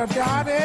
daddy.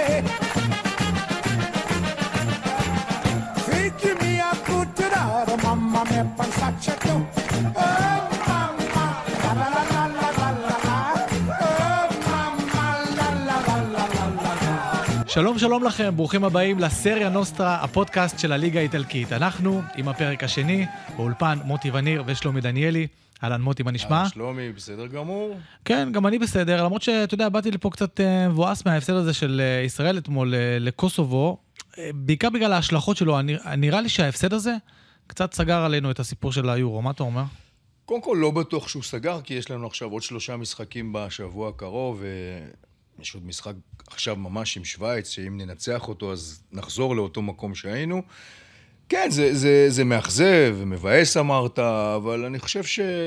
Figure me a good daughter, mamma me pensato. Oh mamma, la la la la la la la. Oh mamma, la la la la la la. שלום שלום לכם, ברוכים הבאים לסריה נוסטרה, הפודקאסט של הליגה האיטלקית. אנחנו עם הפרק השני, באולפן מוטי וניר ושלומי דניאלי. אהלן מוטי, מה נשמע? שלומי, בסדר גמור? כן, גם אני בסדר, למרות שאתה יודע, באתי לפה קצת מבואס מההפסד הזה של ישראל אתמול לקוסובו, בעיקר בגלל ההשלכות שלו. נראה לי שההפסד הזה קצת סגר עלינו את הסיפור של היורו, מה אתה אומר? קודם כל לא בטוח שהוא סגר, כי יש לנו עכשיו עוד 3 משחקים בשבוע הקרוב, ויש עוד משחק עכשיו ממש עם שוויץ, שאם ננצח אותו אז נחזור לאותו מקום שהיינו. כן, זה מאכזב ומבאס אמרת, אבל אני חושב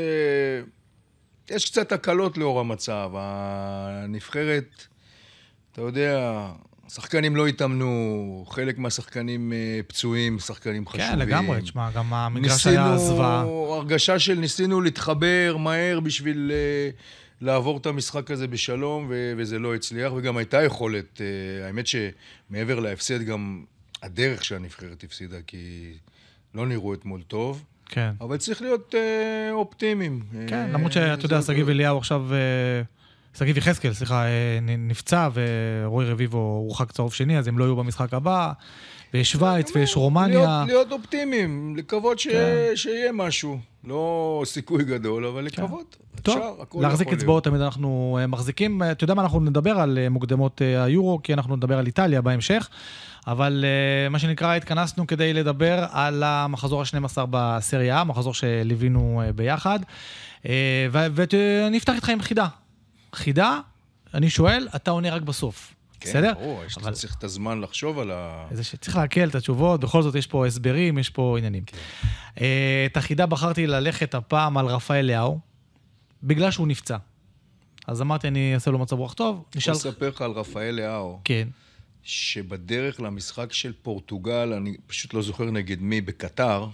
שיש קצת הקלות לאור המצב. הנבחרת, אתה יודע, שחקנים לא התאמנו, חלק מהשחקנים פצועים, שחקנים חשובים. כן, לגמרי, תשמע, גם המגרש היה זוועה. הרגשה של ניסינו להתחבר מהר בשביל לעבור את המשחק הזה בשלום, וזה לא הצליח, וגם הייתה יכולת, האמת שמעבר להפסד גם הדרך שהנבחרת הפסידה, כי לא נראו אתמול טוב. כן. אבל צריך להיות אופטימיים. כן, למרות שאתה יודע, סגיב אליהו עכשיו, סגיב יחזקאל, סליחה, נפצע, ורועי רביבו הורחק צהוב שני, אז הם לא יהיו במשחק הבא, ויש שוויץ ויש רומניה. להיות אופטימיים, לקוות שיהיה משהו. לא סיכוי גדול, אבל לקוות. טוב, להחזיק אצבעות תמיד אנחנו מחזיקים. אתה יודע מה, אנחנו נדבר על מוקדמות היורו, כי אנחנו נדבר על איטליה בהמשך, אבל מה שנקרא, התכנסנו כדי לדבר על המחזור ה-12 בסריה, המחזור שליווינו ביחד, ונפתח איתך עם חידה. חידה, אני שואל, אתה עונה רק בסוף. בסדר? כן, צריך את הזמן לחשוב על צריך להקל את התשובות, בכל זאת יש פה הסברים, יש פה עניינים. את החידה בחרתי ללכת הפעם על רפאל לאו, בגלל שהוא נפצע. אז אמרתי, אני אעשה לו מצב רוח טוב. אני אספר לך על רפאל לאו. כן. שבדרך למשחק של פורטוגל, אני פשוט לא זוכר נגד מי, בקטר,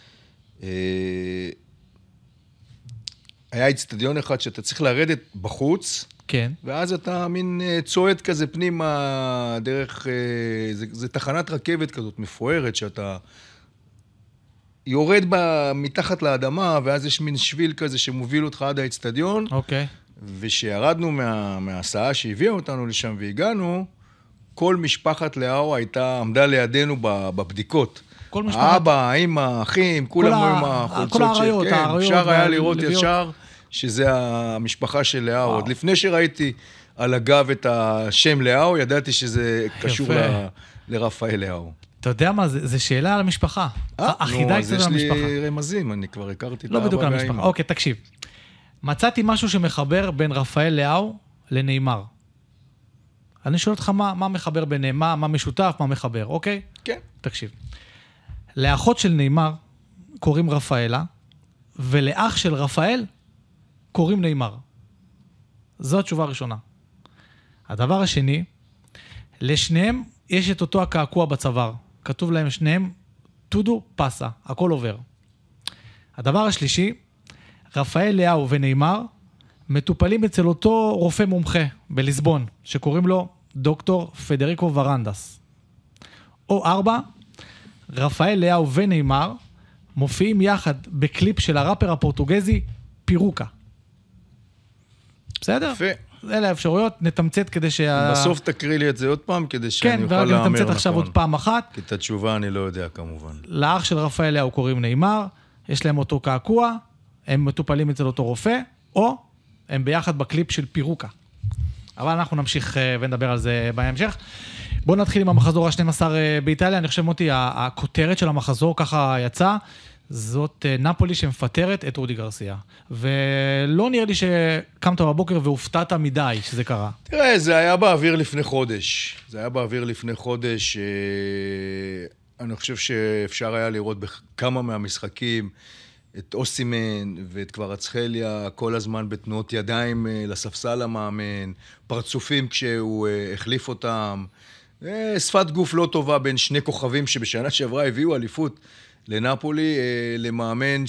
היה אצטדיון אחד שאתה צריך לרדת בחוץ, כן. ואז אתה מין צועד כזה פנימה דרך, זה תחנת רכבת כזאת מפוארת, שאתה יורד מתחת לאדמה, ואז יש מין שביל כזה שמוביל אותך עד האצטדיון. אוקיי. ושירדנו מההסעה שהביאה אותנו לשם והגענו, כל משפחת לאו עמדה לידינו בבדיקות. האבא, האמא, האחים, כולם היו עם החולצות כל האריות, כן, אפשר היה לראות ישר שזה המשפחה של לאו. עוד לפני שראיתי על הגב את השם לאו, ידעתי שזה קשור לרפאל לאו. אתה יודע מה, זה שאלה על המשפחה. החידה היא קצת על המשפחה. יש לי רמזים, אני כבר הכרתי את לא בדיוק על המשפחה. אוקיי, תקשיב. מצאתי משהו שמחבר בין רפאל לאו לנאמר. אני שואל אותך מה מחבר ביניהם, מה משותף, מה מחבר, אוקיי? כן. תקשיב. לאחות של נאמר קוראים רפאלה, ולאח של רפאל קוראים נאמר. זו התשובה הראשונה. הדבר השני, לשניהם יש את אותו הקעקוע בצוואר. כתוב להם שניהם, טודו פסה, הכל עובר. הדבר השלישי, רפאל לאו ונאמר מטופלים אצל אותו רופא מומחה בליסבון, שקוראים לו דוקטור פדריקו ורנדס. או 4, רפאל לאו ונאמר מופיעים יחד בקליפ של הראפר הפורטוגזי פירוקה. בסדר? יפה. אלה האפשרויות, נתמצת כדי בסוף תקריא לי את זה עוד פעם, כדי שאני אוכל להאמר נכון. כן, ורק נתמצת עכשיו עוד פעם אחת. כי את התשובה אני לא יודע כמובן. לאח של רפאל לאו קוראים נאמר, יש להם אותו קעקוע, הם מטופלים אצל אותו רופא, או הם ביחד בקליפ של פירוקה. אבל אנחנו נמשיך ונדבר על זה בהמשך. בואו נתחיל עם המחזור ה-12 באיטליה. אני חושב מוטי, הכותרת של המחזור ככה יצא, זאת נפולי שמפטרת את רודי גרסיה. ולא נראה לי שקמת בבוקר והופתעת מדי שזה קרה. תראה, זה היה באוויר לפני חודש. אני חושב שאפשר היה לראות בכמה מהמשחקים את אוסימן ואת קווארצחליה כל הזמן בתנועות ידיים לספסל המאמן, פרצופים כשהוא החליף אותם, שפת גוף לא טובה בין שני כוכבים שבשנה שעברה הביאו אליפות לנפולי, למאמן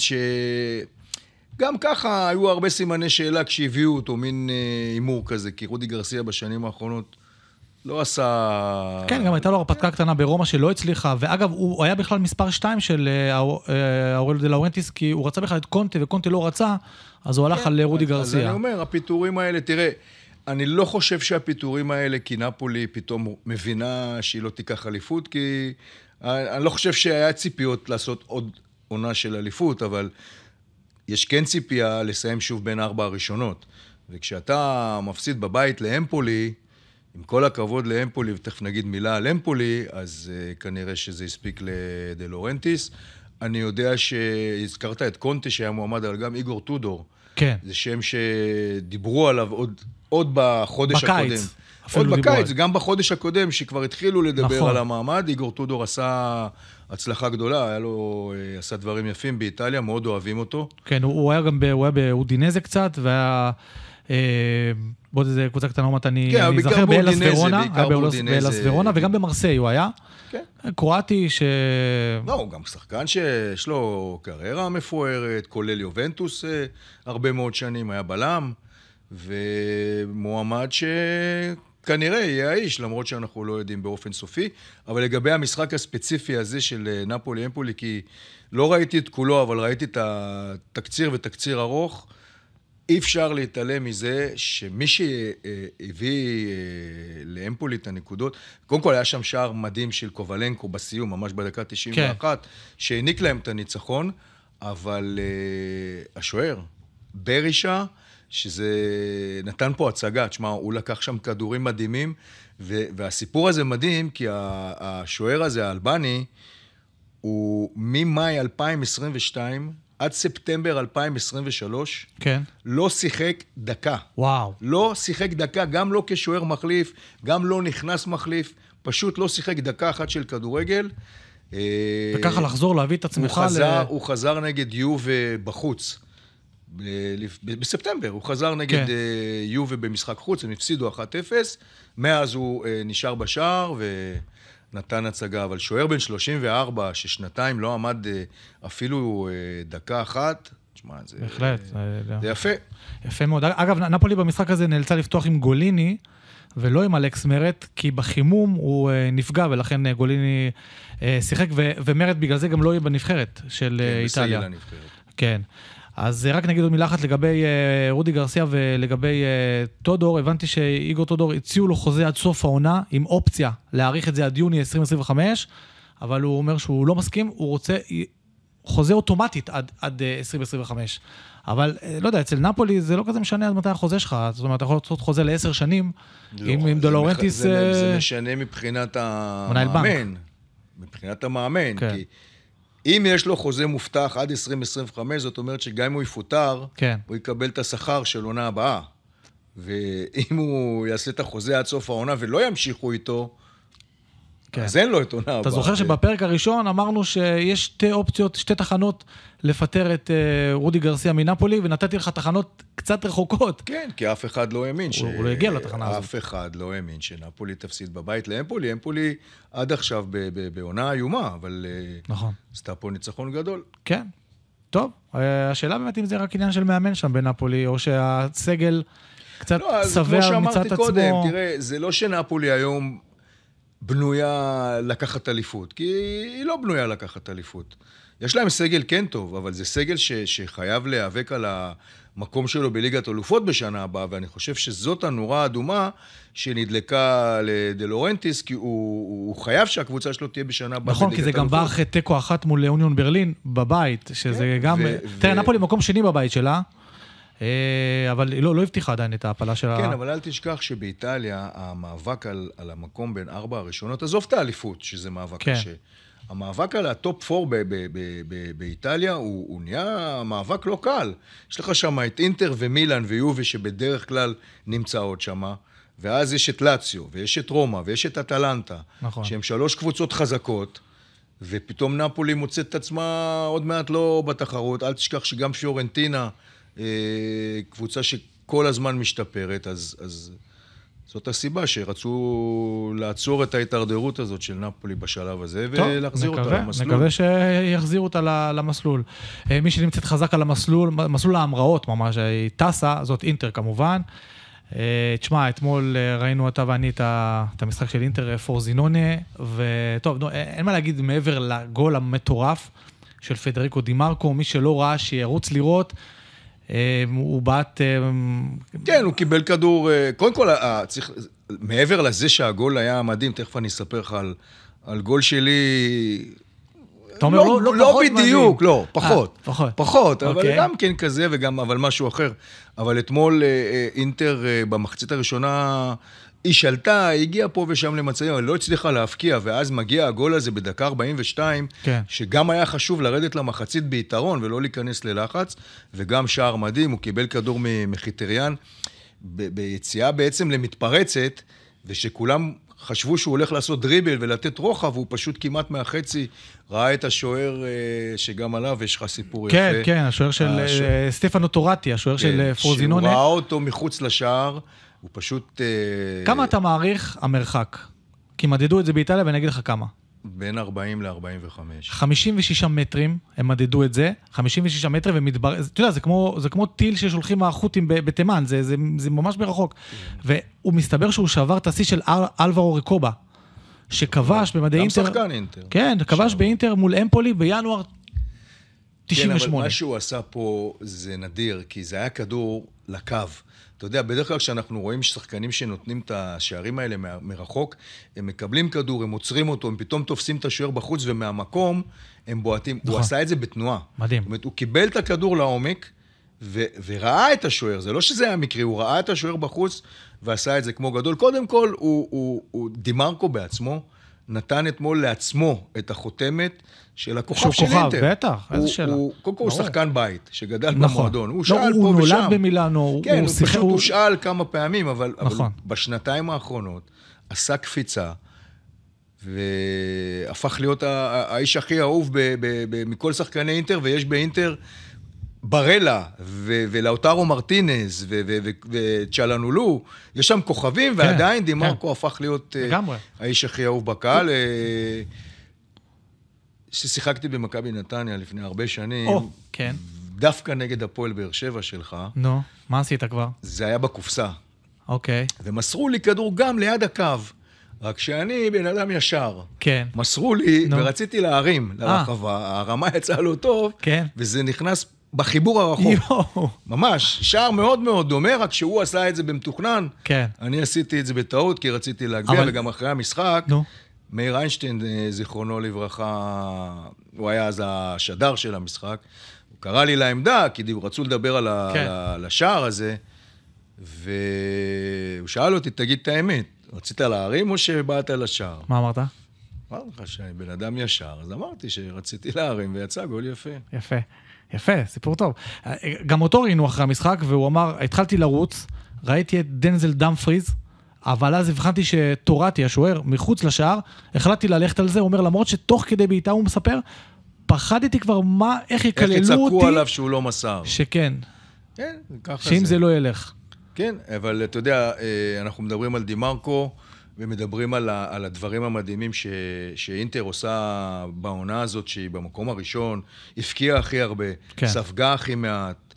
שגם ככה היו הרבה סימני שאלה כשהביאו אותו, מין אימור כזה, כי רודי גרסיה בשנים האחרונות לא עשה... כן, גם הייתה לו הרפתקה קטנה ברומא שלא הצליחה, ואגב, הוא היה בכלל מספר 2 של אורליו דה לאורנטיס, כי הוא רצה בכלל את קונטה, וקונטה לא רצה, אז הוא הלך על רודי גרסיה. אז אני אומר, הפיתורים האלה, תראה, אני לא חושב שהפיתורים האלה, כי נפולי פתאום מבינה שהיא לא תיקח אליפות, כי אני לא חושב שהיה ציפיות לעשות עוד עונה של אליפות, אבל יש כן ציפייה לסיים שוב בין 4 הראשונות. וכשאתה מפסיד בבית לאמפולי, עם כל הכבוד לאמפולי, ותכף נגיד מילה על אמפולי, אז כנראה שזה הספיק לדה לאורנטיס. אני יודע שהזכרת את קונטה שהיה מועמד, אבל גם איגור טודור. כן. זה שם שדיברו עליו עוד בחודש הקודם. בקיץ. עוד בקיץ, גם בחודש הקודם, שכבר התחילו לדבר נכון. על המעמד. איגור טודור עשה הצלחה גדולה, עשה דברים יפים באיטליה, מאוד אוהבים אותו. כן, הוא היה גם באודינזה קצת, והיה... בעוד איזה קבוצה קטנה אומרת, אני זכר באלס ורונה, היה באלס ורונה, וגם במרסיי הוא היה. קרואטי ש... לא, הוא גם שחקן שיש לו קריירה מפוארת, כולל יובנטוס הרבה מאוד שנים, היה בלם, ומועמד שכנראה יהיה האיש, למרות שאנחנו לא יודעים באופן סופי, אבל לגבי המשחק הספציפי הזה של נפולי אמפולי, כי לא ראיתי את כולו, אבל ראיתי את התקציר ותקציר ארוך, אי אפשר להתעלם מזה שמי שהביא לאמפולי את הנקודות, קודם כל היה שם שער מדהים של קובלנקו בסיום, ממש בדקה 91, כן. שהעניק להם את הניצחון, אבל השוער, ברישה, שזה נתן פה הצגה, תשמע, הוא לקח שם כדורים מדהימים, והסיפור הזה מדהים, כי השוער הזה, האלבני, הוא ממאי 2022, עד ספטמבר 2023, כן. לא שיחק דקה. וואו. לא שיחק דקה, גם לא כשוער מחליף, גם לא נכנס מחליף, פשוט לא שיחק דקה אחת של כדורגל. וככה לחזור, להביא את עצמך הוא חזר נגד יובה בחוץ. בספטמבר, הוא חזר נגד יובה במשחק חוץ, הם הפסידו 1-0, מאז הוא נשאר בשער נתן הצגה, אבל שוער בן 34, ששנתיים לא עמד אפילו דקה אחת, תשמע, זה... בהחלט. זה יפה. יפה מאוד. אגב, נפולי במשחק הזה נאלצה לפתוח עם גוליני, ולא עם אלכס מרט, כי בחימום הוא נפגע, ולכן גוליני שיחק, ומרט בגלל זה גם לא יהיה בנבחרת של איטליה. בסגל הנבחרת. כן. אז רק נגיד עוד מילה אחת לגבי רודי גרסיה ולגבי טודור. הבנתי שאיגור טודור הציעו לו חוזה עד סוף העונה, עם אופציה להאריך את זה עד יוני 2025, אבל הוא אומר שהוא לא מסכים, הוא רוצה חוזה אוטומטית עד 2025. אבל לא יודע, אצל נפולי זה לא כזה משנה עד מתי החוזה שלך, זאת אומרת, אתה יכול לעשות חוזה ל10 שנים, עם דה לאורנטיס... זה משנה מבחינת המאמן. מבחינת המאמן, כי... אם יש לו חוזה מובטח עד 2025, זאת אומרת שגם אם הוא יפוטר, כן. הוא יקבל את השכר של עונה הבאה. ואם הוא יעשה את החוזה עד סוף העונה ולא ימשיכו איתו, כן. אז אין לו את עונה הבאה. אתה זוכר שבפרק הראשון אמרנו שיש שתי אופציות, שתי תחנות לפטר את רודי גרסיה מנפולי, ונתתי לך תחנות קצת רחוקות. כן, כי אף אחד לא האמין הוא לא הגיע לתחנה הזאת. אף אחד לא האמין שנפולי תפסיד בבית לאמפולי. אמפולי עד עכשיו בעונה איומה, אבל נכון. עשתה פה ניצחון גדול. כן. טוב, השאלה באמת אם זה רק עניין של מאמן שם בנפולי, או שהסגל קצת סבע מצד עצמו. קודם, תראה, זה לא שנפולי היום בנויה לקחת אליפות, כי היא לא בנויה לקחת אליפות. יש להם סגל כן טוב, אבל זה סגל שחייב להיאבק על המקום שלו בליגת אלופות בשנה הבאה, ואני חושב שזאת הנורה האדומה שנדלקה לדה לאורנטיס, כי הוא חייב שהקבוצה שלו תהיה בשנה הבאה. נכון, כי זה גם בא אחרי תיקו אחת מול אוניון ברלין בבית, שזה גם... תראה, נפולי מקום שני בבית שלה, אבל היא לא הבטיחה עדיין את ההפלה שלה. כן, אבל אל תשכח שבאיטליה המאבק על המקום בין 4 הראשונות, עזוב את האליפות, שזה מאבק קשה. המאבק על הטופ 4 באיטליה הוא נהיה מאבק לא קל. יש לך שם את אינטר ומילאן ויובי שבדרך כלל נמצאות שם, ואז יש את לאציו, ויש את רומא, ויש את אטלנטה, נכון. שהם 3 קבוצות חזקות, ופתאום נפולי מוצאת את עצמה עוד מעט לא בתחרות. אל תשכח שגם פיורנטינה, קבוצה שכל הזמן משתפרת, אז זאת הסיבה שרצו לעצור את ההתדרדרות הזאת של נפולי בשלב הזה, ולהחזיר אותה למסלול. נקווה שיחזירו אותה למסלול. מי שנמצאת חזק על המסלול, מסלול ההמראות ממש, היא טסה, זאת אינטר כמובן. תשמע, אתמול ראינו אתה ואני את המשחק של אינטר פורזינונה, וטוב, אין מה להגיד מעבר לגול המטורף של פדריקו דימרקו, מי שלא ראה שירוץ לראות, הוא בעט... כן, הוא קיבל כדור, קודם כל, מעבר לזה שהגול היה מדהים, תכף אני אספר לך על גול שלי... אתה אומר, לא בדיוק, לא, פחות, אבל אוקיי. גם כן כזה וגם, אבל משהו אחר. אבל אתמול אינטר במחצית הראשונה, היא שלטה, היא הגיעה פה ושם למצבים, אבל לא הצליחה להפקיע, ואז מגיע הגול הזה בדקה 42, כן. שגם היה חשוב לרדת למחצית ביתרון ולא להיכנס ללחץ, וגם שער מדהים, הוא קיבל כדור מחיטריאן, ביציאה בעצם למתפרצת, ושכולם חשבו שהוא הולך לעשות דריבל ולתת רוחב, והוא פשוט כמעט מהחצי ראה את השוער שגם עליו, יש לך סיפור יפה. כן, כן, השוער של סטפנו טורטי, השוער של פורזינונה. שהוא ראה אותו מחוץ לשער, הוא פשוט... כמה אתה מעריך המרחק? כי מדדו את זה באיטליה ואני אגיד לך כמה. בין 40 ל-45. 56 מטרים, הם מדדו את זה, 56 מטרים, ומתברר, אתה יודע, זה כמו טיל ששולחים מהחות'ים בתימן, זה ממש ברחוק. והוא מסתבר שהוא שבר את השיא של אלברו ריקובה, שכבש במדי אינטר. גם שחקן אינטר. כן, כבש באינטר מול אמפולי בינואר 98. כן, אבל מה שהוא עשה פה זה נדיר, כי זה היה כדור לקו. אתה יודע, בדרך כלל כשאנחנו רואים שחקנים שנותנים את השערים האלה מרחוק, הם מקבלים כדור, הם עוצרים אותו, הם פתאום תופסים את השוער בחוץ, ומהמקום הם בועטים. הוא עשה את זה בתנועה. מדהים. זאת אומרת, הוא קיבל את הכדור לעומק, וראה את השוער. זה לא שזה היה מקרי, הוא ראה את השוער בחוץ, ועשה את זה כמו גדול. קודם כל, הוא דימרקו בעצמו, נתן אתמול לעצמו את החותמת של הכוכב של אינטר. כוכב, בטח, איזה שאלה. קודם כל הוא שחקן בית, שגדל נכון. במועדון. הוא שאל פה ושם. הוא נולד במילאנו. כן, הוא פשוט הוא שאל כמה פעמים, אבל נכון. בשנתיים האחרונות עשה קפיצה, והפך להיות האיש הכי אהוב מכל שחקני אינטר, ויש באינטר ברלה, ולאוטרו מרטינז, וצ'לנולו, יש שם כוכבים, ועדיין דימרקו הפך להיות האיש הכי אהוב בקהל. ששיחקתי במכבי נתניה לפני הרבה שנים, כן. דווקא נגד הפועל באר שבע שלך. נו, מה עשית כבר? זה היה בקופסה. אוקיי. ומסרו לי כדור גם ליד הקו, רק שאני בן אדם ישר. כן. מסרו לי, ורציתי להרים לרחבה, הרמה יצאה לו טוב, כן. וזה נכנס בחיבור הרחוק. ממש, שער מאוד מאוד דומה, רק שהוא עשה את זה במתוכנן. כן. אני עשיתי את זה בטעות, כי רציתי להגביע, וגם אחרי המשחק, מאיר איינשטיין, זיכרונו לברכה, הוא היה אז השדר של המשחק, הוא קרא לי לעמדה, כי רצו לדבר על השער הזה, והוא שאל אותי, תגיד את האמת, רצית להרים או שבאת לשער? מה אמרת? אמרתי לך שאני בן אדם ישר, אז אמרתי שרציתי להרים, ויצא גול יפה. יפה, יפה, סיפור טוב. גם אותו ראינו אחרי המשחק, והוא אמר, התחלתי לרוץ, ראיתי את דנזל דמפריז, אבל אז הבחנתי שטורטי, השוער, מחוץ לשער, החלטתי ללכת על זה, הוא אומר, למרות שתוך כדי בעיטה הוא מספר, פחדתי כבר איך יקללו אותי. איך יצעקו עליו שהוא לא מסר. שכן. כן, ככה זה. שאם זה לא ילך. כן, אבל אתה יודע, אנחנו מדברים על דימרקו, ומדברים על הדברים המדהימים שאינטר עושה בעונה הזאת, שהיא במקום הראשון, הפקיעה הכי הרבה, ספגה הכי מעט,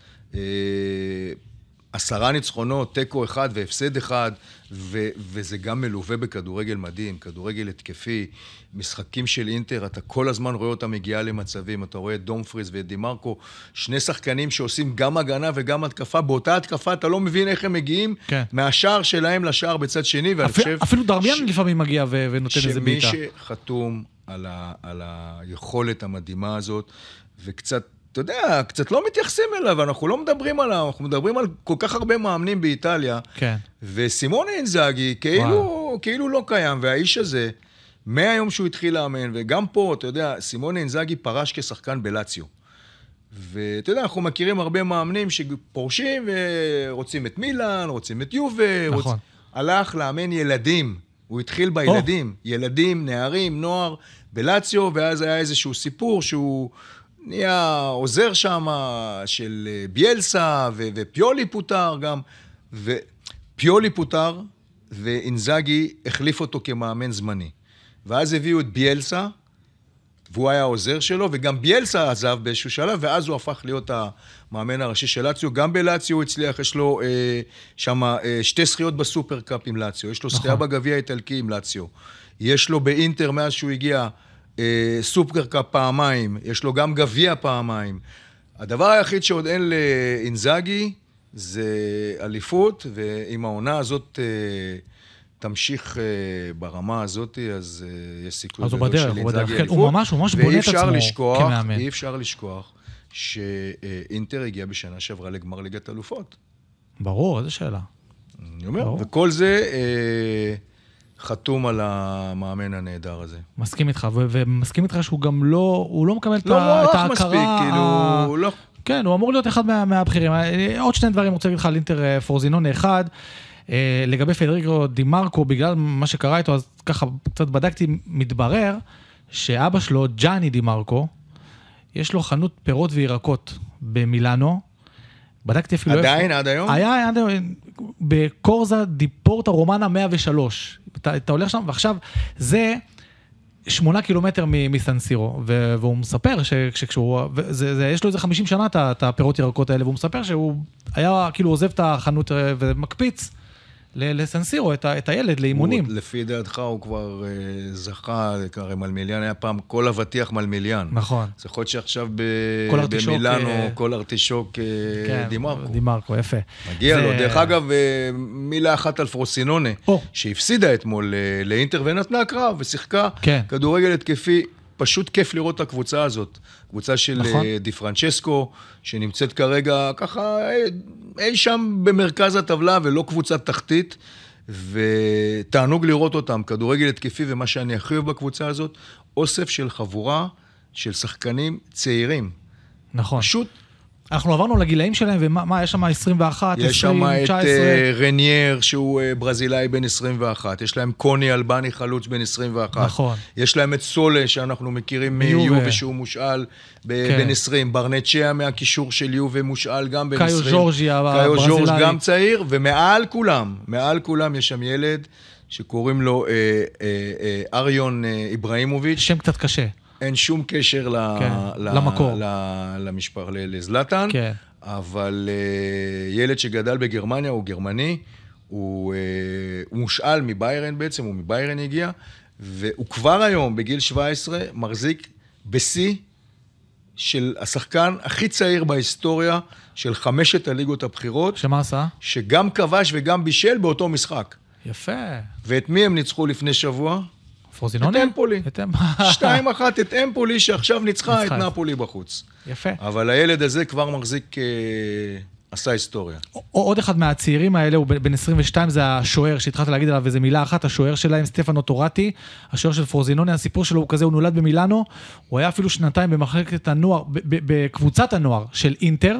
10 ניצחונות, טקו 1 והפסד 1, וזה גם מלווה בכדורגל מדהים, כדורגל התקפי, משחקים של אינטר, אתה כל הזמן רואה אותה מגיעה למצבים, אתה רואה את דומפריז ואת דימרקו, שני שחקנים שעושים גם הגנה וגם התקפה, באותה התקפה אתה לא מבין איך הם מגיעים מהשער שלהם לשער בצד שני, ואני חושב... אפילו דרמיאן לפעמים מגיע ונותן איזה בעיטה. שמי שחתום על היכולת המדהימה הזאת, וקצת אתה יודע, קצת לא מתייחסים אליו, אנחנו לא מדברים עליו, אנחנו מדברים על כל כך הרבה מאמנים באיטליה, כן. וסימונה אינזאגי כאילו לא קיים, והאיש הזה, מהיום שהוא התחיל לאמן, וגם פה, אתה יודע, סימונה אינזאגי פרש כשחקן בלציו. ואתה יודע, אנחנו מכירים הרבה מאמנים שפורשים ורוצים את מילאן, רוצים את יובה, נכון. הלך לאמן ילדים, הוא התחיל בילדים, ילדים, נערים, נוער, בלציו, ואז היה איזשהו סיפור שהוא... נהיה עוזר שם של ביאלסה, ופיולי פוטר גם, ופיולי פוטר, ואינזאגי החליף אותו כמאמן זמני. ואז הביאו את ביאלסה, והוא היה העוזר שלו, וגם ביאלסה עזב באיזשהו שלב, ואז הוא הפך להיות המאמן הראשי של לאציו. גם בלאציו הוא הצליח, יש לו שם 2 זכיות בסופרקאפ עם לאציו, יש לו זכייה בגביע האיטלקי עם לאציו, יש לו באינטר מאז שהוא הגיע סופרקאפ פעמיים, יש לו גם גביע פעמיים. הדבר היחיד שעוד אין לאינזאגי זה אליפות, ועם העונה הזאת תמשיך ברמה הזאת, אז יש סיכוי גדול של אינזאגי אליפות. הוא ממש בונה את עצמו כמאמן. ואי אפשר לשכוח שאינטר הגיע בשנה שעברה לגמר ליגת אלופות. ברור, איזו שאלה. אני אומר, וכל זה חתום על המאמן הנהדר הזה. מסכים איתך, ומסכים איתך שהוא גם לא מקבל את ההכרה. לא מספיק, כאילו, לא. כן, הוא אמור להיות אחד מהבחירים. עוד 2 דברים רוצה להגיד לך על אינטר פרוזינונה. אחד, לגבי פדריקו דימרקו, בגלל מה שקרה איתו, אז ככה קצת בדקתי, מתברר שאבא שלו, ג'אני דימרקו, יש לו חנות פירות וירקות במילאנו. בדקתי אפילו... עדיין, עד היום? היה עד היום, בקורזה דיפורטה רומנה 103. אתה הולך שם, ועכשיו זה 8 קילומטר מסנסירו, והוא מספר שכשהוא... יש לו איזה 50 שנה את הפירות ירקות האלה, והוא מספר שהוא היה כאילו עוזב את החנות ומקפיץ לסנסירו את הילד, לאימונים. לפי דעתך הוא כבר זכה, הרי מלמיליאן היה פעם כל אבטיח מלמיליאן. נכון. זה יכול להיות שעכשיו במילאנו, כל ארטישוק דימרקו. דימרקו, יפה. מגיע לו. דרך אגב, מילה אחת על פרוסינונה, שהפסידה אתמול לאינטר ונתנה קרב ושיחקה כדורגל התקפי. פשוט כיף לראות את הקבוצה הזאת. קבוצה של די פרנצ'סקו, שנמצאת כרגע ככה אי שם במרכז הטבלה, ולא קבוצת תחתית, ותענוג לראות אותם. כדורגל התקפי, ומה שאני הכי אוהב בקבוצה הזאת, אוסף של חבורה של שחקנים צעירים. נכון. פשוט... אנחנו עברנו לגילאים שלהם, ומה, יש שם 21, 20, 19? יש שם את רנייר, שהוא ברזילאי בן 21. יש להם קוני אלבני חלוץ בן 21. נכון. יש להם את סולה, שאנחנו מכירים מיובה, שהוא מושאל בן 20. ברנצ'יה מהקישור של יובה, מושאל גם בן 20. קאיו ג'ורג'י, קאיו ג'ורג' גם צעיר, ומעל כולם יש שם ילד, שקוראים לו אריון איברהימוביץ'. שם קצת קשה. אין שום קשר למקור. למשפחה, לזלטן, אבל ילד שגדל בגרמניה, הוא גרמני, הוא מושאל מביירן בעצם, הוא מביירן הגיע, והוא כבר היום, בגיל 17, מחזיק בשיא של השחקן הכי צעיר בהיסטוריה של 5 הליגות הבחירות. שמה עשה? שגם כבש וגם בישל באותו משחק. יפה. ואת מי הם ניצחו לפני שבוע? פרוזינונה? את אמפולי. 2-1 את אמפולי, שעכשיו ניצחה את נפולי בחוץ. יפה. אבל הילד הזה כבר מחזיק, עשה היסטוריה. עוד אחד מהצעירים האלה, הוא בן 22, זה השוער שהתחלת להגיד עליו, וזו מילה אחת, השוער שלהם, סטפנו טורטי, השוער של פרוזינונה, הסיפור שלו הוא כזה, הוא נולד במילאנו, הוא היה אפילו 2 במחלקת הנוער, בקבוצת הנוער של אינטר,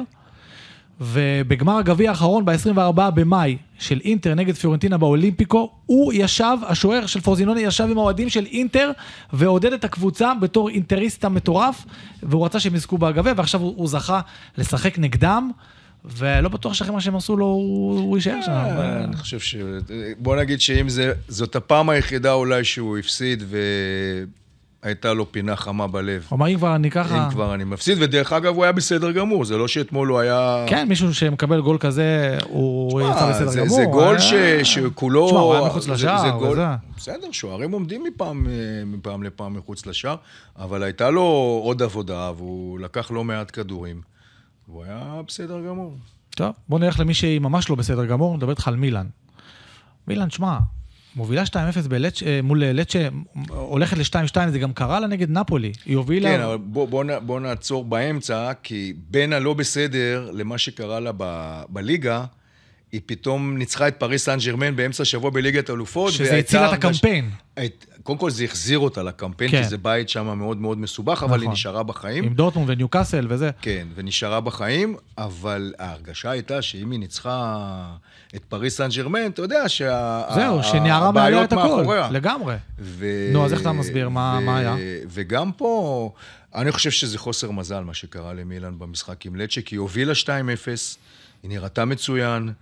ובגמר הגביע האחרון, ב-24 במאי של אינטר נגד פיורנטינה באולימפיקו, הוא ישב, השוער של פרוזינונה ישב עם האוהדים של אינטר, ועודד את הקבוצה בתור אינטריסט המטורף, והוא רצה שהם יזכו בהגביע, ועכשיו הוא זכה לשחק נגדם, ולא בטוח שאחרי מה שהם עשו לו, הוא יישאר שם. אני חושב בוא נגיד שאם זאת הפעם היחידה אולי שהוא הפסיד, הייתה לו פינה חמה בלב. הוא אמר, אם כבר אני ככה... אם כבר אני מפסיד, ודרך אגב הוא היה בסדר גמור, זה לא שאתמול הוא היה... כן, מישהו שמקבל גול כזה, הוא יצא בסדר גמור. זה גול שכולו... תשמע, הוא היה מחוץ לשער, וזה... בסדר, שוערים עומדים מפעם לפעם מחוץ לשער, אבל הייתה לו עוד עבודה, והוא לקח לא מעט כדורים, והוא היה בסדר גמור. טוב, בוא נלך למי שהיא ממש לא בסדר גמור, נדבר איתך על מילאן. מילאן, שמע, מובילה 2-0 מול לצ'ה, הולכת ל-2-2, זה גם קרה לה נגד נפולי. היא הובילה... כן, אבל בוא נעצור באמצע, כי בין הלא בסדר למה שקרה לה בליגה, היא פתאום ניצחה את פריס סן ז'רמן באמצע שבוע בליגת אלופות. שזה הציל את הקמפיין. קודם כל זה החזיר אותה לקמפיין, כי זה בית שם מאוד מאוד מסובך, אבל היא נשארה בחיים. עם דורטמונד וניוקאסל וזה. כן, ונשארה בחיים, אבל ההרגשה הייתה שאם היא ניצחה את פריס סן ז'רמן, אתה יודע זהו, שנערה מעלה את הכל, לגמרי. נו, אז איך אתה מסביר מה היה? וגם פה, אני חושב שזה חוסר מזל מה שקרה למילאן במשחק עם לצ'ה, כי היא הובילה 2-0, היא נראתה מצוין,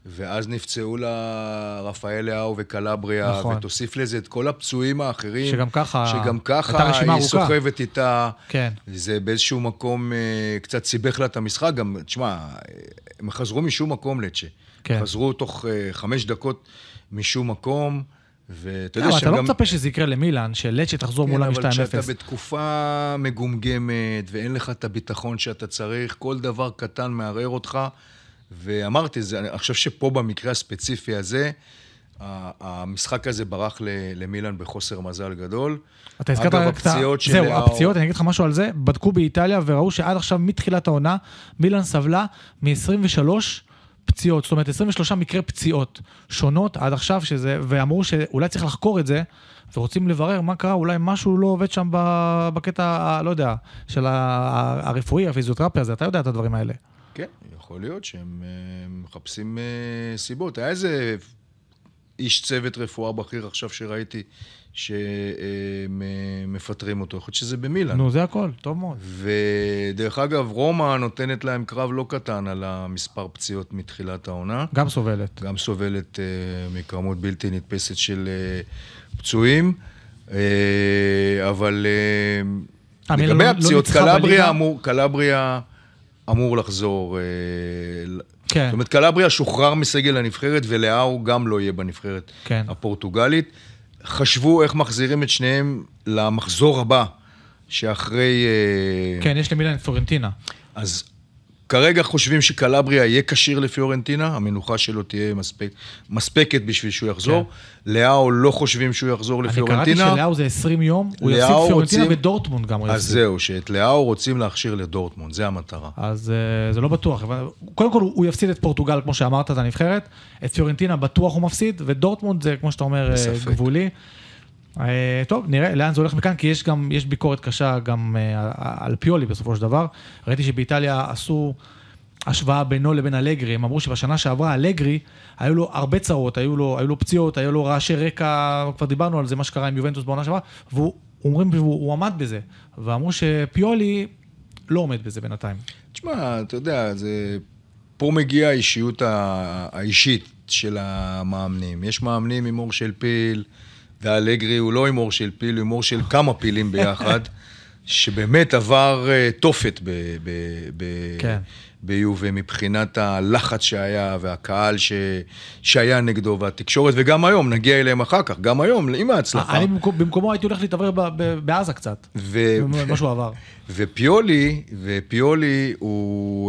ואז נפצעו לה רפאל לאו וקלבריה, נכון. ותוסיף לזה את כל הפצועים האחרים. שגם ככה הייתה רשימה היא ארוכה. סוחבת איתה. כן. זה באיזשהו מקום קצת סיבך לה את המשחק. גם, תשמע, הם חזרו משום מקום לצ'ה. כן. חזרו תוך 5 דקות משום מקום. ואתה יודע אתה שהם לא גם... מצפה שזה יקרה למילאן, שלצ'ה תחזור מולה מ-2-0. אבל כשאתה בתקופה מגומגמת, ואין לך את הביטחון שאתה צריך, כל דבר קטן מערער אותך, ואמרתי, אני חושב שפה במקרה הספציפי הזה, המשחק הזה ברח למילאן בחוסר מזל גדול. אתה הזכרת רק את זהו, הפציעות, אני אגיד לך משהו על זה, בדקו באיטליה וראו שעד עכשיו מתחילת העונה, מילאן סבלה מ-23 פציעות, זאת אומרת 23 מקרי פציעות שונות עד עכשיו, ואמרו שאולי צריך לחקור את זה, ורוצים לברר מה קרה, אולי משהו לא עובד שם בקטע, לא יודע, של הרפואי, הפיזיותרפיה הזה, אתה יודע את הדברים האלה. כן, יכול להיות שהם מחפשים סיבות. היה איזה איש צוות רפואה בכיר עכשיו שראיתי שמפטרים אותו. יכול להיות שזה במילאן. נו, זה הכל, טוב מאוד. ודרך אגב, רומא נותנת להם קרב לא קטן על המספר פציעות מתחילת העונה. גם סובלת. גם סובלת מכמות בלתי נתפסת של פצועים. אבל לגבי הפציעות, קלבריה אמור לחזור. כן. זאת אומרת, קלבריה שוחרר מסגל הנבחרת, ולאו גם לא יהיה בנבחרת כן. הפורטוגלית. חשבו איך מחזירים את שניהם למחזור הבא, שאחרי... כן, יש למילאן את פלורנטינה. אז כרגע חושבים שקלבריה יהיה כשיר לפיורנטינה, המנוחה שלו תהיה מספקת בשביל שהוא יחזור. כן. לאו לא חושבים שהוא יחזור לפיורנטינה. אני קראתי שלאו זה 20 יום, הוא יפסיד פיורנטינה ודורטמונד גם. אז זהו, שאת לאו רוצים להכשיר לדורטמונד, זה המטרה. אז זה לא בטוח. קודם כל הוא יפסיד את פורטוגל, כמו שאמרת, את הנבחרת. את פיורנטינה בטוח הוא מפסיד, ודורטמונד זה, כמו שאתה אומר, גבולי. טוב, נראה לאן זה הולך מכאן, כי יש ביקורת קשה גם על פיולי בסופו של דבר. ראיתי שבאיטליה עשו השוואה בינו לבין אלגרי, הם אמרו שבשנה שעברה אלגרי, היו לו הרבה צרות, היו לו פציעות, היו לו רעשי רקע, כבר דיברנו על זה, מה שקרה עם יובנטוס בעונה שעברה, ואומרים שהוא עמד בזה, ואמרו שפיולי לא עומד בזה בינתיים. תשמע, אתה יודע, פה מגיעה האישיות האישית של המאמנים. יש מאמנים עם אור של פיל, והאלגרי הוא לא עם אור של פיל, הוא עם אור של כמה פילים ביחד, שבאמת עבר תופת ביובה מבחינת הלחץ שהיה, והקהל שהיה נגדו, והתקשורת, וגם היום, נגיע אליהם אחר כך, גם היום, עם ההצלחה. אני במקומו הייתי הולך להתעבר בעזה קצת, משהו עבר. ופיולי הוא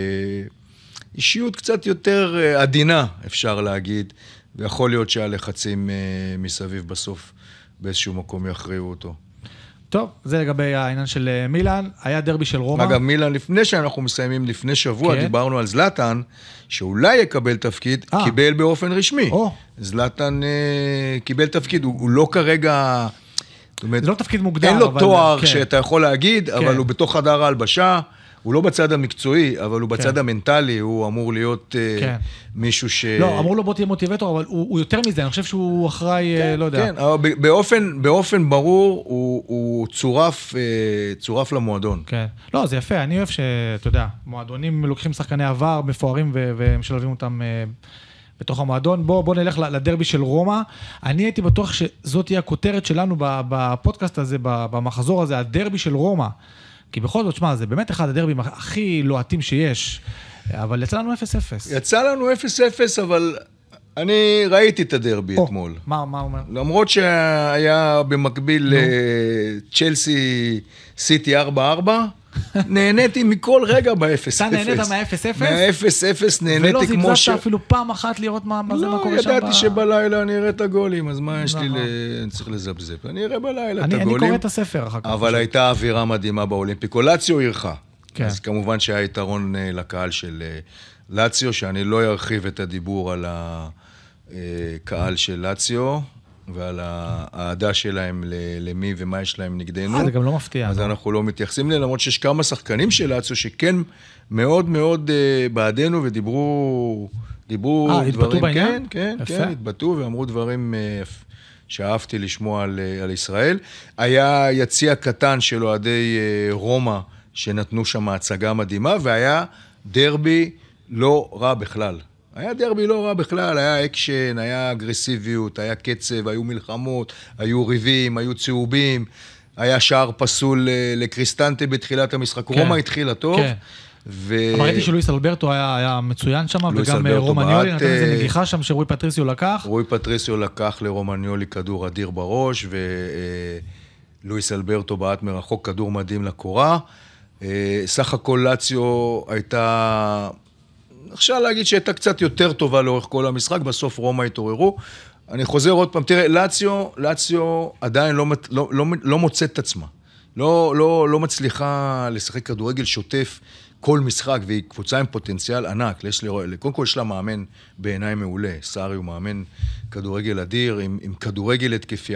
אישיות קצת יותר עדינה, אפשר להגיד, ויכול להיות שהלחצים מסביב בסוף באיזשהו מקום יכריעו אותו. טוב, זה לגבי העניין של מילאן, היה דרבי של רומא. אגב, מילאן, לפני שאנחנו מסיימים, לפני שבוע, דיברנו על זלאטן, שאולי יקבל תפקיד, קיבל באופן רשמי. זלאטן קיבל תפקיד, הוא לא כרגע... זה לא תפקיד מוגדר. אין לו תואר שאתה יכול להגיד, אבל הוא בתוך חדר ההלבשה, הוא לא בצד המקצועי, אבל הוא בצד המנטלי, הוא אמור להיות מישהו ש... לא, אמרו לו בוא תהיה מוטיבטור, אבל הוא יותר מזה, אני חושב שהוא אחראי, לא יודע. כן, אבל באופן ברור, הוא צורף למועדון. כן. לא, זה יפה, אני אוהב שאתה יודע, מועדונים לוקחים שחקני עבר, מפוארים, ומשלבים אותם בתוך המועדון. בוא נלך לדרבי של רומא. אני הייתי בטוח שזאת תהיה הכותרת שלנו בפודקאסט הזה, במחזור הזה, הדרבי של רומא. כי בכל זאת, שמה, זה באמת אחד הדרבים הכי לוהטים שיש, אבל יצא לנו 0-0. יצא לנו 0-0, אבל אני ראיתי את הדרבי אתמול. מה אומר? למרות שהיה במקביל צ'לסי סיטי 4-4, נהניתי מכל רגע ב-0-0. אתה נהנית מה-0-0? מה-0-0 נהניתי כמו ולא זגזגת אפילו פעם אחת לראות מה קורה שם? לא, ידעתי שבלילה אני אראה את הגולים, אז מה יש לי, אני צריך לזבזב. אני אראה בלילה את הגולים. אני קורא את הספר אחר כך. אבל הייתה אווירה מדהימה באולימפיקו. לאציו עירכה. אז כמובן שהיה יתרון לקהל של לאציו, שאני לא ארחיב את הדיבור על הקהל של לאציו, ועל העדה שלהם למי ומה יש להם נגדנו. זה גם לא מפתיע. אז אנחנו לא מתייחסים להם, למרות שיש כמה שחקנים של לאציו שכן מאוד מאוד בעדנו ודיברו דברים. התבטאו בעניין? כן, התבטאו ואמרו דברים שאהבתי לשמוע על ישראל. היה יציע קטן של אוהדי רומא שנתנו שם הצגה מדהימה, והיה דרבי לא רע בכלל. היה דרבי לא רע בכלל, היה אקשן, היה אגרסיביות, היה קצב, היו מלחמות, היו ריבים, היו צהובים, היה שער פסול לקריסטנטה בתחילת המשחק. כן. רומא התחילה טוב. כן. אבל ראיתי שלואיס אלברטו היה מצוין שם, וגם רומניולי נתן איזה נגיחה שם שרוי פטריסיו לקח. רוי פטריסיו לקח לרומניולי כדור אדיר בראש, ולואיס אלברטו בעט מרחוק כדור מדהים לקורה. סך הכל לאציו הייתה, אפשר להגיד שהייתה קצת יותר טובה לאורך כל המשחק, בסוף רומא התעוררו. אני חוזר עוד פעם, תראה, לאציו עדיין לא מוצאת את עצמה. לא מצליחה לשחק כדורגל שוטף כל משחק, והיא קבוצה עם פוטנציאל ענק. קודם כל יש לה מאמן בעיניי מעולה. סארי הוא מאמן כדורגל אדיר, עם כדורגל התקפי, 4-3-3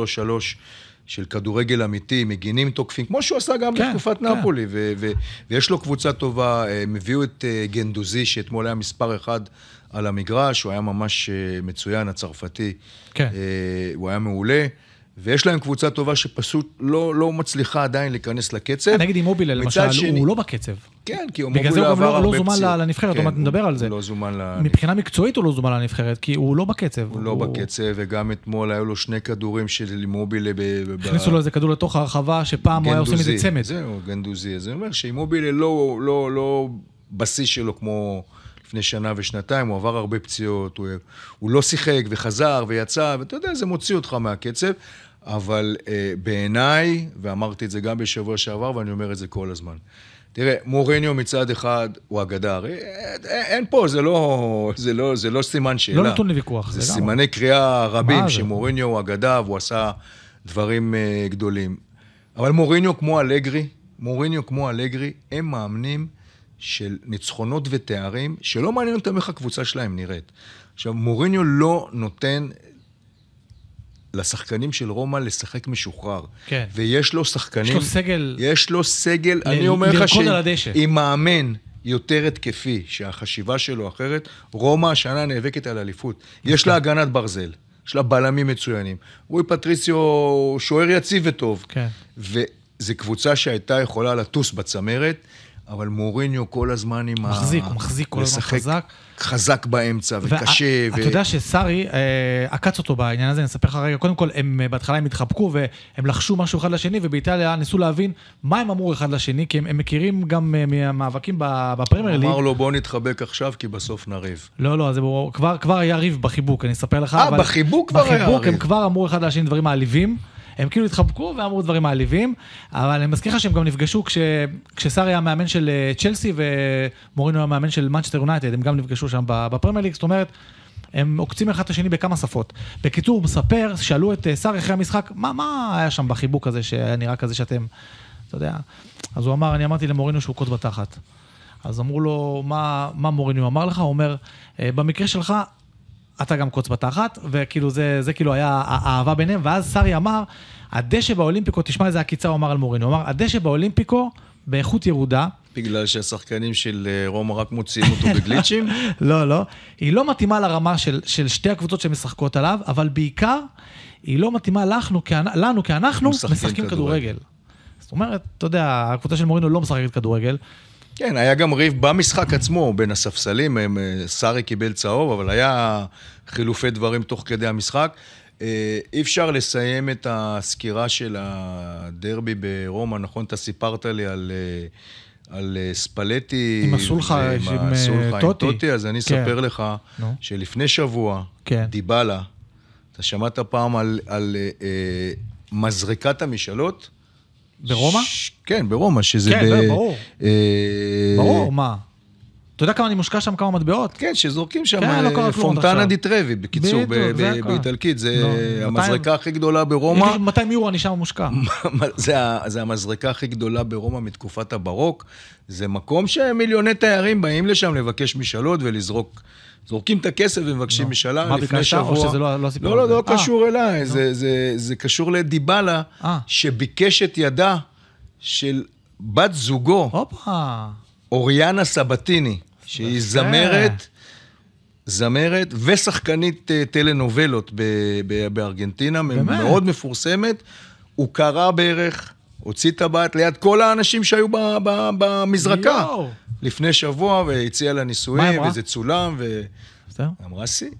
של כדורגל אמיתי, מגינים תוקפים, כמו שהוא עשה גם בתקופת נפולי, ויש לו קבוצה טובה. הם הביאו את גנדוזי, שאתמול היה מספר 1 על המגרש, הוא היה ממש מצוין, הצרפתי. הוא היה מעולה. ויש להם קבוצה טובה שפשוט לא מצליחה עדיין להיכנס לקצב. נגיד עם מובילה, למשל, הוא לא בקצב. כן, כי הוא בגלל זה הוא גם לא זומן לנבחרת, עוד מעט נדבר על זה. הוא לא זומן לנבחרת. מבחינה מקצועית הוא לא זומן לנבחרת, כי הוא לא בקצב. הוא לא בקצב, וגם אתמול היו לו 2 כדורים של מובילה. הכניסו לו איזה כדור לתוך הרחבה, שפעם הוא היה עושה מזה צמד. זהו, גנדוזי. זה אומר שמובילה לא בשיא שלו כמו לפני שנה ושנתיים, הוא עבר הרבה פציעות, הוא לא שיחק וחזר ויצא, ואתה יודע, זה מוציא אותך מהקצב. אבל בעיניי, ואמרתי את זה גם בשבוע שעבר, ואני אומר את זה כל הזמן. תראה, מוריניו מצד אחד הוא אגדה, אין פה, זה לא סימן שאלה. לא נתון לוויכוח. זה סימני קריאה רבים, שמוריניו הוא אגדה, והוא עשה דברים גדולים. אבל מוריניו כמו אלגרי, הם מאמנים של ניצחונות ותארים, שלא מעניין אותם איך הקבוצה שלהם נראית. עכשיו, מוריניו לא נותן לשחקנים של רומא לשחק משוחרר. כן. ויש לו שחקנים... יש לו סגל... אני אומר לך שאם מאמן יותר התקפי, שהחשיבה שלו אחרת, רומא השנה נאבקת על אליפות. יש לה הגנת ברזל, יש לה בלמים מצוינים. רוי פטריסיו שוער יציב וטוב. כן. וזו קבוצה שהייתה יכולה לטוס בצמרת, אבל מוריניו כל הזמן עם הוא מחזיק כל הזמן חזק. חזק באמצע וקשה. אתה יודע שסארי עקץ אותו בעניין הזה, אני אספר לך רגע, קודם כל, בהתחלה הם התחבקו והם לחשו משהו אחד לשני, ובאיטליה ניסו להבין מה הם אמרו אחד לשני, כי הם מכירים גם מהמאבקים בפרמייר ליג. אמר לו בוא נתחבק עכשיו, כי בסוף נריב. לא, זה כבר היה ריב בחיבוק, אני אספר לך. בחיבוק כבר היה ריב. בחיבוק הם כבר אמרו אחד לשני דברים מעליבים, הם כאילו התחבקו ואמרו דברים מעליבים, אבל אני מזכיר לך שהם גם נפגשו כשסארי היה מאמן של צ'לסי ומוריניו היה מאמן של מנצ'סטר יונייטד, הם גם נפגשו שם בפרמייר ליג, זאת אומרת, הם עוקצים אחד את השני בכמה שפות. בקיצור, הוא מספר, שאלו את סארי אחרי המשחק, מה היה שם בחיבוק הזה שהיה נראה כזה שאתם, אתה יודע, אז הוא אמר, אני אמרתי למוריניו שהוא קוץ בתחת. אז אמרו לו, מה מוריניו אמר לך? הוא אומר, במקרה שלך, אתה גם קוץ בתחת, וכאילו זה כאילו היה האהבה ביניהם, ואז סארי אמר, הדשא באולימפיקו, תשמע איזה הקיצה הוא אמר על מוריניו, הוא אמר, הדשא באולימפיקו באיכות ירודה. בגלל שהשחקנים של רומא רק מוציאים אותו בגליצ'ים? לא. היא לא מתאימה לרמה של שתי הקבוצות שמשחקות עליו, אבל בעיקר היא לא מתאימה לנו, כי אנחנו משחקים כדורגל. זאת אומרת, אתה יודע, הקבוצה של מוריניו לא משחקת כדורגל, כן, היה גם ריב במשחק עצמו, בין הספסלים, סארי קיבל צהוב, אבל היה חילופי דברים תוך כדי המשחק. אי אפשר לסיים את הסקירה של הדרבי ברומא, נכון? אתה סיפרת לי על ספלטי, עם הסולחה, עם טוטי, אז אני אספר לך שלפני שבוע, דיבלה, אתה שמעת פעם על מזריקת המשאלות? ברומא? כן, ברומא, שזה כן, ברור. ברור, מה? אתה יודע כמה אני מושקע שם, כמה מטבעות? כן, שזורקים שם פונטנה די טרבי, בקיצור, באיטלקית, זה המזרקה הכי גדולה ברומא. 200 יורו אני שם מושקע. זה המזרקה הכי גדולה ברומא מתקופת הברוק. זה מקום שמיליוני תיירים באים לשם לבקש משאלות ולזרוק. זורקים את הכסף ומבקשים משאלה לפני שבוע. או שזה לא סיפור? לא קשור אליי, זה קשור לדיבלה, שביקש את ידה של בת זוגו, אוריאנה סבטיני, שהיא זמרת ושחקנית טלנובלות בארגנטינה, מאוד מפורסמת. הוא קרא בערך הוציא טבעת ליד כל האנשים שהיו במזרקה. יואו. לפני שבוע, והציע לה מה נישואים, אמרה? וזה צולם, בסדר? ואמרה סי.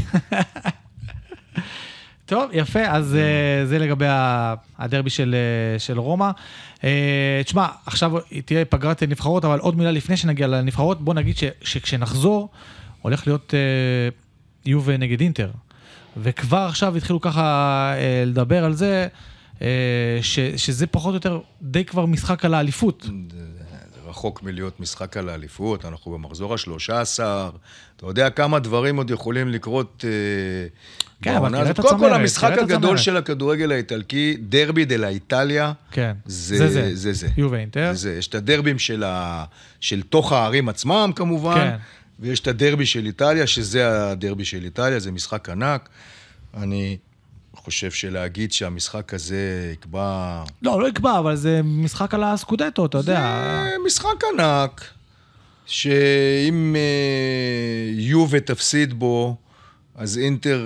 טוב, יפה, אז זה לגבי הדרבי של רומא. תשמע, עכשיו תהיה פגרת נבחרות, אבל עוד מילה לפני שנגיע לנבחרות, בוא נגיד שכשנחזור, הולך להיות יובה נגד אינטר. וכבר עכשיו התחילו ככה לדבר על זה, שזה פחות או יותר די כבר משחק על האליפות. זה רחוק מלהיות משחק על האליפות, אנחנו במחזור ה-13, אתה יודע כמה דברים עוד יכולים לקרות כן, אבל תראה את קודם כל, הצמרת, המשחק תראה את הגדול הצמרת. של הכדורגל האיטלקי, דרבי דלה איטליה, כן, זה. יובה אינטר. זה. יש את הדרבים של תוך הערים עצמם כמובן, כן. ויש את הדרבי של איטליה, שזה הדרבי של איטליה, זה משחק ענק. אני חושב שלהגיד שהמשחק הזה יקבע... לא יקבע, אבל זה משחק על הסקודטו, אתה יודע. זה משחק ענק, שאם יובה תפסיד בו, אז אינטר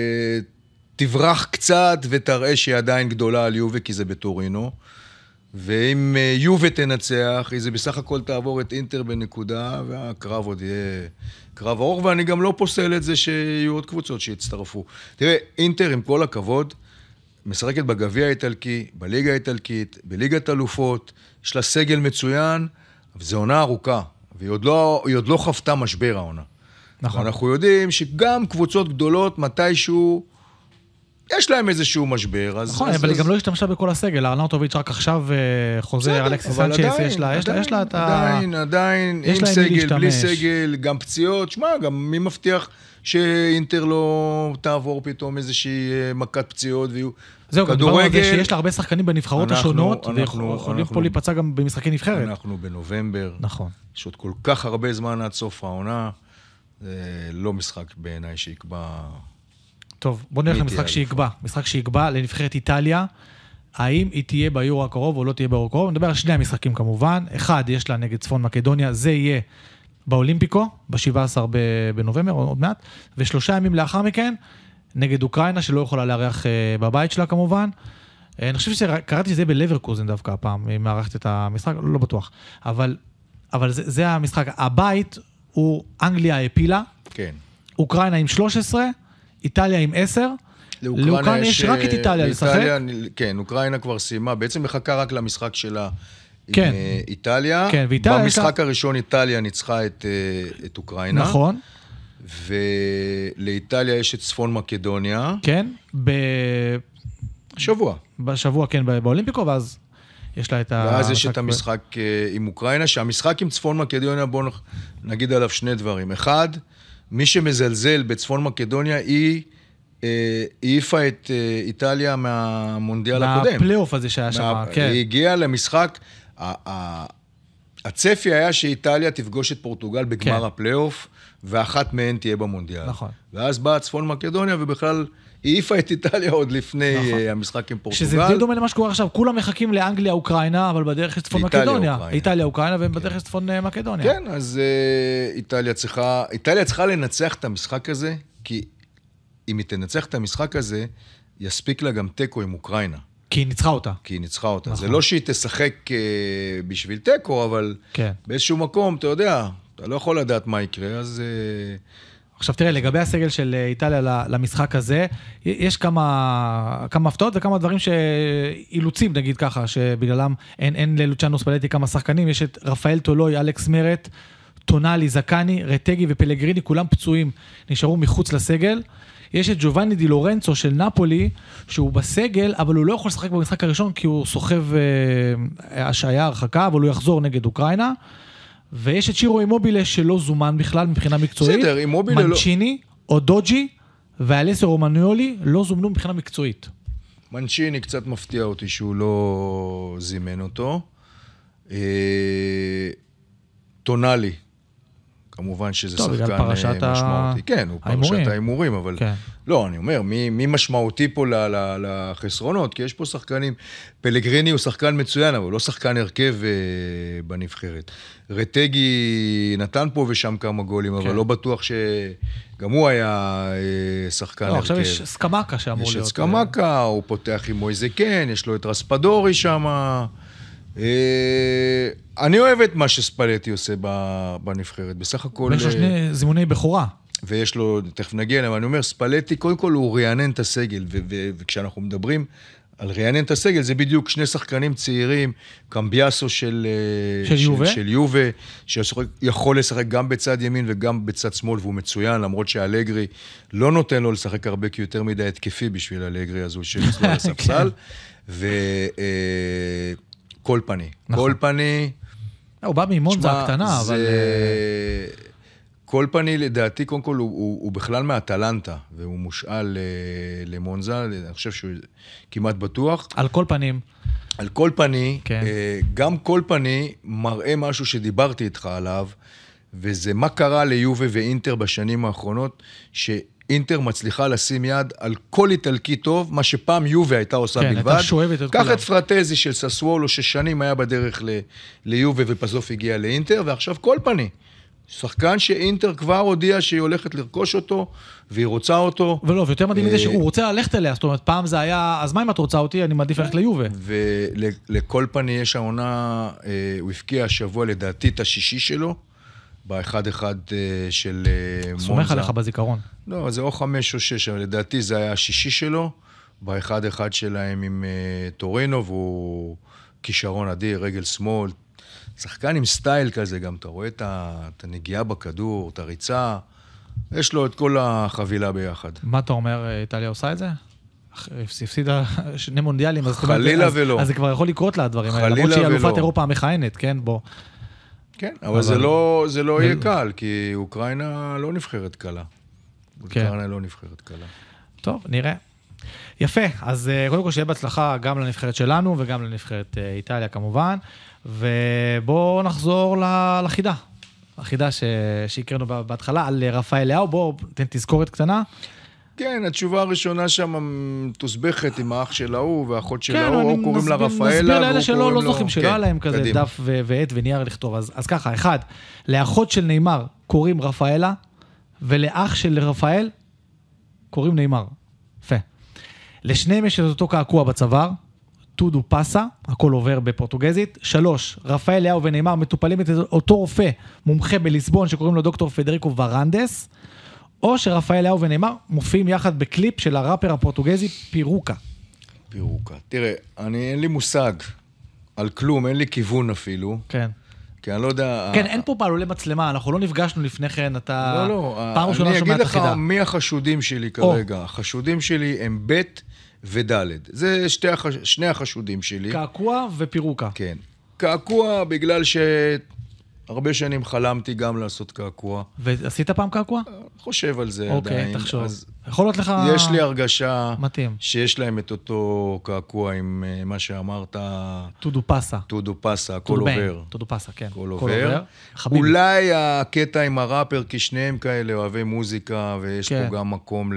תברח קצת ותראה שהיא עדיין גדולה על יובה, כי זה בטורינו. ואם יובה תנצח, היא זה בסך הכל תעבור את אינטר בנקודה, והקרב עוד יהיה קרב ארוך, ואני גם לא פוסל את זה שיהיו עוד קבוצות שיצטרפו. תראה, אינטר, עם כל הכבוד, משחקת בגביע האיטלקי, בליגה האיטלקית, בליגת אלופות, יש לה סגל מצוין, אבל זו עונה ארוכה, והיא עוד לא חוותה משבר העונה. נכון. אנחנו יודעים שגם קבוצות גדולות, מתישהו, יש להם איזשהו משבר. נכון, אבל היא גם לא השתמשה בכל הסגל. ארנאוטוביץ' רק עכשיו חוזר, אלכסיס סנצ'ס, יש לה את ה... עדיין, יש עם לה עם מי סגל, בלי להשתמש. סגל, גם פציעות. שמע, גם מי מבטיח שאינטר לא תעבור פתאום איזושהי מכת פציעות, ויהיו זהו, גם דיברנו על זה כדורגל. שיש לה הרבה שחקנים בנבחרות השונות, ויכולים פה להיפצע גם במשחקי נבחרת. אנחנו בנובמבר. נכון. יש עוד כל כך הרבה זמן עד סוף העונה. זה לא משחק בעיניי שיקבע... טוב, בוא נלך למשחק שיקבע. משחק שיקבע לנבחרת איטליה. האם היא תהיה ביורו הקרוב או לא תהיה ביורו הקרוב? נדבר על שני המשחקים כמובן. אחד, יש לה נגד צפון מקדוניה, זה יהיה באולימפיקו, ב-17 בנובמבר, עוד מעט, ו3 ימים לאחר מכן, נגד אוקראינה, שלא יכולה לארח בבית שלה כמובן. אני חושב שקראתי שזה בלברקוזן דווקא הפעם, היא מארחת את המשחק, לא בטוח. אבל זה המשחק. הבית הוא אנגליה הפילה, כן. אוקראינה עם 13, איטליה עם 10, לאוקראינה יש רק את איטליה לשחק. כן, אוקראינה כבר סיימה, בעצם מחכה רק למשחק שלה כן. עם איטליה. כן, ואיטליה במשחק הראשון איטליה ניצחה את אוקראינה. נכון. ולאיטליה יש את צפון מקדוניה. כן, שבוע. בשבוע, כן, באולימפיקו, ואז יש לה את ואז יש את המשחק עם אוקראינה, שהמשחק עם צפון מקדוניה, בואו נגיד עליו שני דברים. אחד, מי שמזלזל בצפון מקדוניה, היא העיפה את איטליה מהמונדיאל הקודם. מהפלייאוף הזה שהיה שם, כן. היא הגיעה למשחק, הצפי היה שאיטליה תפגוש את פורטוגל בגמר הפלייאוף, ואחת מהן תהיה במונדיאל. נכון. ואז באה צפון מקדוניה, ובכלל העיפה את איטליה עוד לפני המשחק עם פורטוגל. שזה די דומה למה שקורה עכשיו, כולם מחכים לאנגליה, אוקראינה, אבל בדרך יש צפון מקדוניה. איטליה, אוקראינה, והם בדרך יש צפון מקדוניה. כן, אז איטליה צריכה לנצח את המשחק הזה, כי אם היא תנצח את המשחק הזה, יספיק לה גם טקו עם אוקראינה. כי היא ניצחה אותה. כי היא ניצחה אותה. נכון. זה לא שהיא תשחק בשביל טקו, אבל כן. באיזשהו מקום, אתה יודע, אתה לא יכול לדעת מה יקרה, אז... עכשיו תראה, לגבי הסגל של איטליה למשחק הזה, יש כמה הפתעות וכמה דברים שאילוצים, נגיד ככה, שבגללם אין ללוצ'אנו ספלטי כמה שחקנים, יש את רפאל טולוי, אלכס מרט, טונאלי, זקני, רטגי ופלגריני, כולם פצועים, נשארו מחוץ לסגל. יש את ג'ובאני די לורנצו של נפולי, שהוא בסגל, אבל הוא לא יכול לשחק במשחק הראשון, כי הוא סוחב השעיה, הרחקה, אבל הוא יחזור נגד אוקראינה. ויש את שירו אימובילה שלא זומן בכלל מבחינה מקצועית. בסדר, אימובילה לא... מנצ'יני, אודוג'י ואלסו רומניולי לא זומנו מבחינה מקצועית. מנצ'יני קצת מפתיע אותי שהוא לא זימן אותו. טונאלי, כמובן שזה שחקן משמעותי. כן, הוא פרשת האימורים, אבל לא, אני אומר, מי משמעותי פה לחסרונות? כי יש פה שחקנים, פלגריני הוא שחקן מצוין, אבל הוא לא שחקן הרכב בנבחרת. רטגי נתן פה ושם כמה גולים, אבל לא בטוח שגם הוא היה שחקן הרכב. לא, עכשיו יש סקמקה שאמור להיות. יש את סקמקה, הוא פותח עם מויזה קן, יש לו את רספדורי שם. אני אוהב את מה שספלטי עושה בנבחרת. בסך הכל... יש לו שני זימוני בחורה. ויש לו, תכף נגיע, אבל אני אומר, ספלטי, קודם כל הוא רענן את הסגל, וכשאנחנו מדברים על רענן את הסגל, זה בדיוק שני שחקנים צעירים, קמביאסו של יובה, שיכול לשחק גם בצד ימין וגם בצד שמאל, והוא מצוין, למרות שאלגרי לא נותן לו לשחק הרבה, כי יותר מדי התקפי בשביל אלגרי הזו שאצלו לספסל, וכל פני. כל פני... הוא בא ממונזה הקטנה, אבל... כל פני, לדעתי, קודם כל, הוא בכלל מהטלנטה, והוא מושאל למונזה, אני חושב שהוא כמעט בטוח. על כל פנים. על כל פני, כן. גם כל פני מראה משהו שדיברתי איתך עליו, וזה מה קרה ליובה ואינטר בשנים האחרונות, שאינטר מצליחה לשים יד על כל איטלקי טוב, מה שפעם יובה הייתה עושה כן, בלבד. הייתה שואבת את קח כולם. את פרטזי של ססוולו, ששנים היה בדרך ליובה ובסוף הגיע לאינטר, ועכשיו כל פני. שחקן שאינטר כבר הודיע שהיא הולכת לרכוש אותו, והיא רוצה אותו. ולא, ויותר מדהים מזה שהוא רוצה ללכת אליה, זאת אומרת, פעם זה היה, אז מה אם את רוצה אותי? אני מעדיף ללכת ליובה. ולכל פני יש העונה, הוא הפקיע השבוע לדעתי את השישי שלו, ב-1-1 של מונזה. סומך עליך בזיכרון. לא, זה או 5 או 6, אבל לדעתי זה היה השישי שלו, ב-1-1 שלהם עם טורינו, והוא כישרון אדיר, רגל שמאל, שחקן עם סטייל כזה, גם אתה רואה את הנגיעה בכדור, את הריצה, יש לו את כל החבילה ביחד. מה אתה אומר, איטליה עושה את זה? הפסידה 2 מונדיאלים, חלילה ולא. אז זה כבר יכול לקרות לה הדברים האלה, למרות שהיא אלופת אירופה המכהנת, כן, בוא. כן, אבל זה לא יהיה קל, כי אוקראינה לא נבחרת קלה. אוקראינה לא נבחרת קלה. טוב, נראה. יפה, אז קודם כל שיהיה בהצלחה גם לנבחרת שלנו וגם לנבחרת איטליה כמובן, ובואו נחזור לחידה. החידה שהקראנו בהתחלה על רפאל לאו, בואו תן תזכורת קטנה. כן, התשובה הראשונה שם תוסבכת עם האח של ההוא והאחות של ההוא, או קוראים לה רפאלה. נסביר לאלה שלא לא זוכים, שלא היה להם כזה דף ועט ונייר לכתוב. אז ככה, 1, לאחות של ניימר קוראים רפאלה, ולאח של רפאל קוראים ניימר. יפה. לשניהם יש את אותו קעקוע בצוואר, טודו פסה, הכל עובר בפורטוגזית. 3, רפאל לאו וניימר מטופלים את אותו רופא מומחה בליסבון שקוראים לו דוקטור פדריקו ורנדס, או שרפאל לאו וניימר מופיעים יחד בקליפ של הראפר הפורטוגזי פירוקה. פירוקה. תראה, אין לי מושג על כלום, אין לי כיוון אפילו. כן. כי אני לא יודע... כן, אין פה פעלולי מצלמה, אנחנו לא נפגשנו לפני כן, אתה... לא, פעם ראשונה אני שומע אגיד את החידה. לך מי החשודים שלי כרגע. החשודים שלי הם ב' וד'. זה שני החשודים שלי. קעקוע ופירוקה. כן. קעקוע בגלל שהרבה שנים חלמתי גם לעשות קעקוע. ועשית פעם קעקוע? חושב על זה עדיין. אוקיי, תחשוב. יכול להיות לך... יש לי הרגשה... מתאים. שיש להם את אותו קעקוע עם מה שאמרת... טודו פסה. טודו פסה, הכל עובר. טודו פסה, כן. הכל עובר. אולי הקטע עם הראפר, כי שניהם כאלה אוהבי מוזיקה, ויש פה גם מקום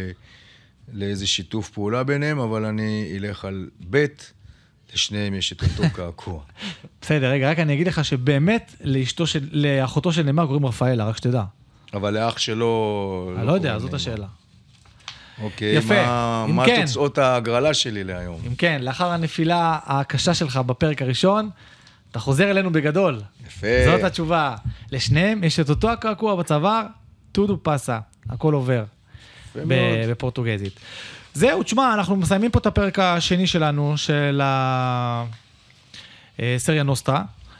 לאיזה שיתוף פעולה ביניהם, אבל אני אלך על בית, לשניהם יש את אותו קעקוע. בסדר, רגע, רק אני אגיד לך שבאמת לאחותו של ניימר קוראים רפאלה, רק שתדע. אבל לאח שלו... אני לא יודע, זאת השאלה. אוקיי, יפה. מה תוצאות ההגרלה שלי להיום? אם כן, לאחר הנפילה הקשה שלך בפרק הראשון, אתה חוזר אלינו בגדול. יפה. זאת התשובה. לשניהם יש את אותו הקעקוע בצוואר, טודו פסה, הכל עובר. בפורטוגזית. זהו, תשמע, אנחנו מסיימים פה את הפרק השני שלנו, של הסריה נוסטרה,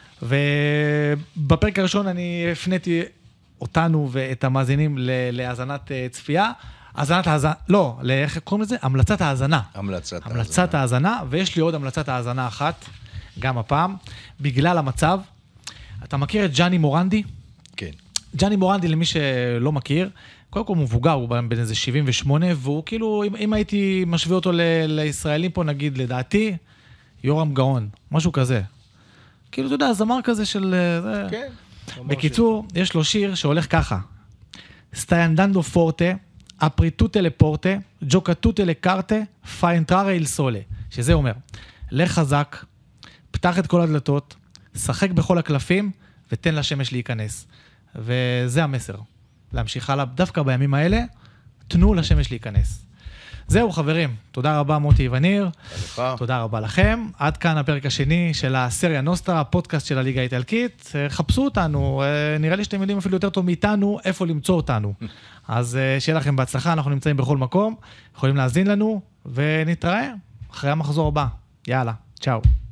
ובפרק הראשון אני הפניתי אותנו ואת המאזינים להאזנת צפייה, איך קוראים לזה? המלצת ההאזנה. המלצת ההאזנה, ויש לי עוד המלצת ההאזנה אחת, גם הפעם, בגלל המצב. אתה מכיר את ג'אני מורנדי? כן. ג'אני מורנדי, למי שלא מכיר, קודם כל מבוגר, הוא בן איזה 78, והוא כאילו, אם הייתי משווה אותו לישראלים פה, נגיד, לדעתי, יורם גאון, משהו כזה. כאילו, אתה יודע, זמר כזה של... כן. בקיצור, יש לו שיר שהולך ככה. סטיינדנדו פורטה, apri tutte le porte, gioca tutte le carte, fa entrare il sole. שזה אומר, לך חזק, פתח את כל הדלתות, שחק בכל הקלפים, ותן לשמש להיכנס. וזה המסר. להמשיך הלאה, דווקא בימים האלה, תנו לשמש להיכנס. זהו חברים, תודה רבה מוטי וניר, תודה רבה לכם, עד כאן הפרק השני של הסריה נוסטרה, הפודקאסט של הליגה האיטלקית, חפשו אותנו, נראה לי שאתם יודעים אפילו יותר טוב מאיתנו, איפה למצוא אותנו, אז שיהיה לכם בהצלחה, אנחנו נמצאים בכל מקום, יכולים להאזין לנו, ונתראה אחרי המחזור הבא, יאללה, צ'או.